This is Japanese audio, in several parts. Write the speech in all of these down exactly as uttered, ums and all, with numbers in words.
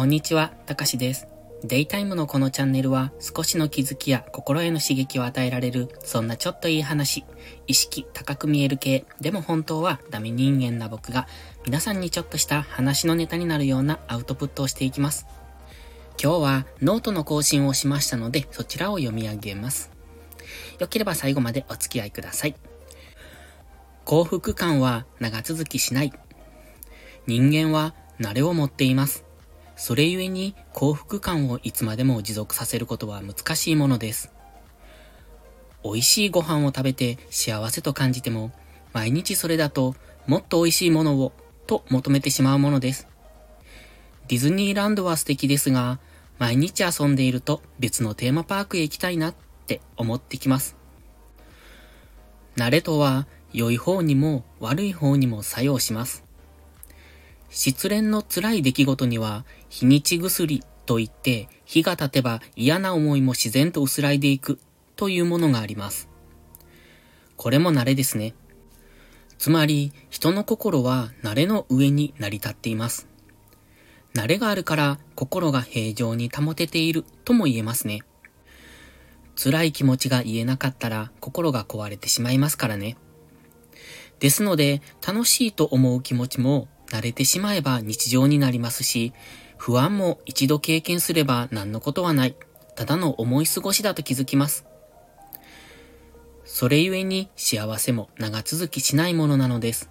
こんにちは、たかしです。デイタイムのこのチャンネルは少しの気づきや心への刺激を与えられる、そんなちょっといい話、意識高く見える系、でも本当はダメ人間な僕が皆さんにちょっとした話のネタになるようなアウトプットをしていきます。今日はノートの更新をしましたので、そちらを読み上げます。よければ最後までお付き合いください。幸福感は長続きしない。人間は慣れを持っています。それゆえに幸福感をいつまでも持続させることは難しいものです。美味しいご飯を食べて幸せと感じても、毎日それだともっと美味しいものをと求めてしまうものです。ディズニーランドは素敵ですが、毎日遊んでいると別のテーマパークへ行きたいなって思ってきます。慣れとは良い方にも悪い方にも作用します。失恋の辛い出来事には日にち薬といって、日が経てば嫌な思いも自然と薄らいでいくというものがあります。これも慣れですね。つまり人の心は慣れの上に成り立っています。慣れがあるから心が平常に保てているとも言えますね。辛い気持ちが言えなかったら心が壊れてしまいますからね。ですので楽しいと思う気持ちも慣れてしまえば日常になりますし、不安も一度経験すれば何のことはない、ただの思い過ごしだと気づきます。それゆえに幸せも長続きしないものなのです。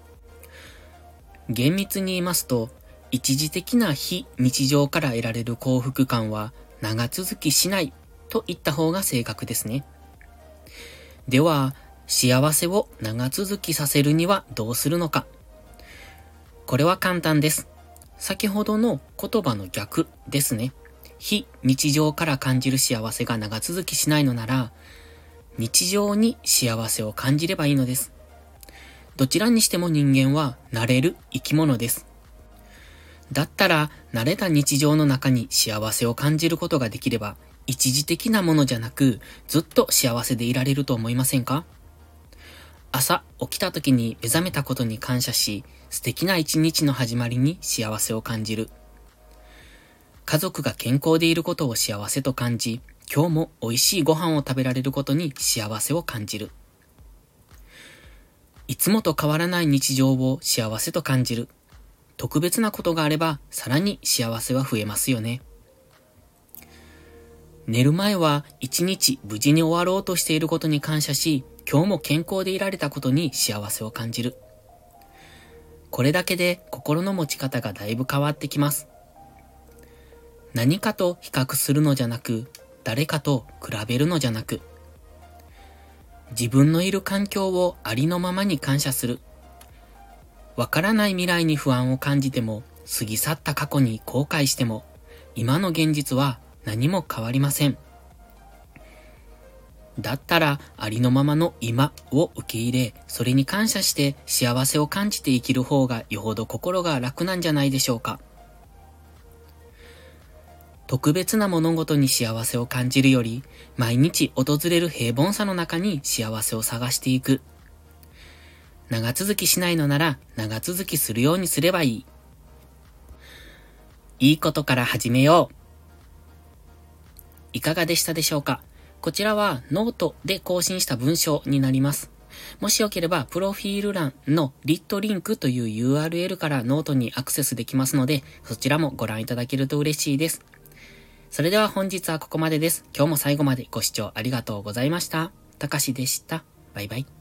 厳密に言いますと、一時的な非日常から得られる幸福感は長続きしないと言った方が正確ですね。では、幸せを長続きさせるにはどうするのか。これは簡単です。先ほどの言葉の逆ですね。非日常から感じる幸せが長続きしないのなら、日常に幸せを感じればいいのです。どちらにしても人間は慣れる生き物です。だったら、慣れた日常の中に幸せを感じることができれば、一時的なものじゃなく、ずっと幸せでいられると思いませんか？朝起きた時に目覚めたことに感謝し、素敵な一日の始まりに幸せを感じる。家族が健康でいることを幸せと感じ、今日も美味しいご飯を食べられることに幸せを感じる。いつもと変わらない日常を幸せと感じる。特別なことがあれば、さらに幸せは増えますよね。寝る前は一日無事に終わろうとしていることに感謝し、今日も健康でいられたことに幸せを感じる。これだけで心の持ち方がだいぶ変わってきます。何かと比較するのじゃなく、誰かと比べるのじゃなく、自分のいる環境をありのままに感謝する。わからない未来に不安を感じても、過ぎ去った過去に後悔しても、今の現実は何も変わりません。だったらありのままの今を受け入れ、それに感謝して幸せを感じて生きる方がよほど心が楽なんじゃないでしょうか。特別な物事に幸せを感じるより、毎日訪れる平凡さの中に幸せを探していく。長続きしないのなら長続きするようにすればいい。いいことから始めよう。いかがでしたでしょうか。こちらはノートで更新した文章になります。もしよければプロフィール欄のリットリンクという ユーアールエル からノートにアクセスできますので、そちらもご覧いただけると嬉しいです。それでは本日はここまでです。今日も最後までご視聴ありがとうございました。たかしでした。バイバイ。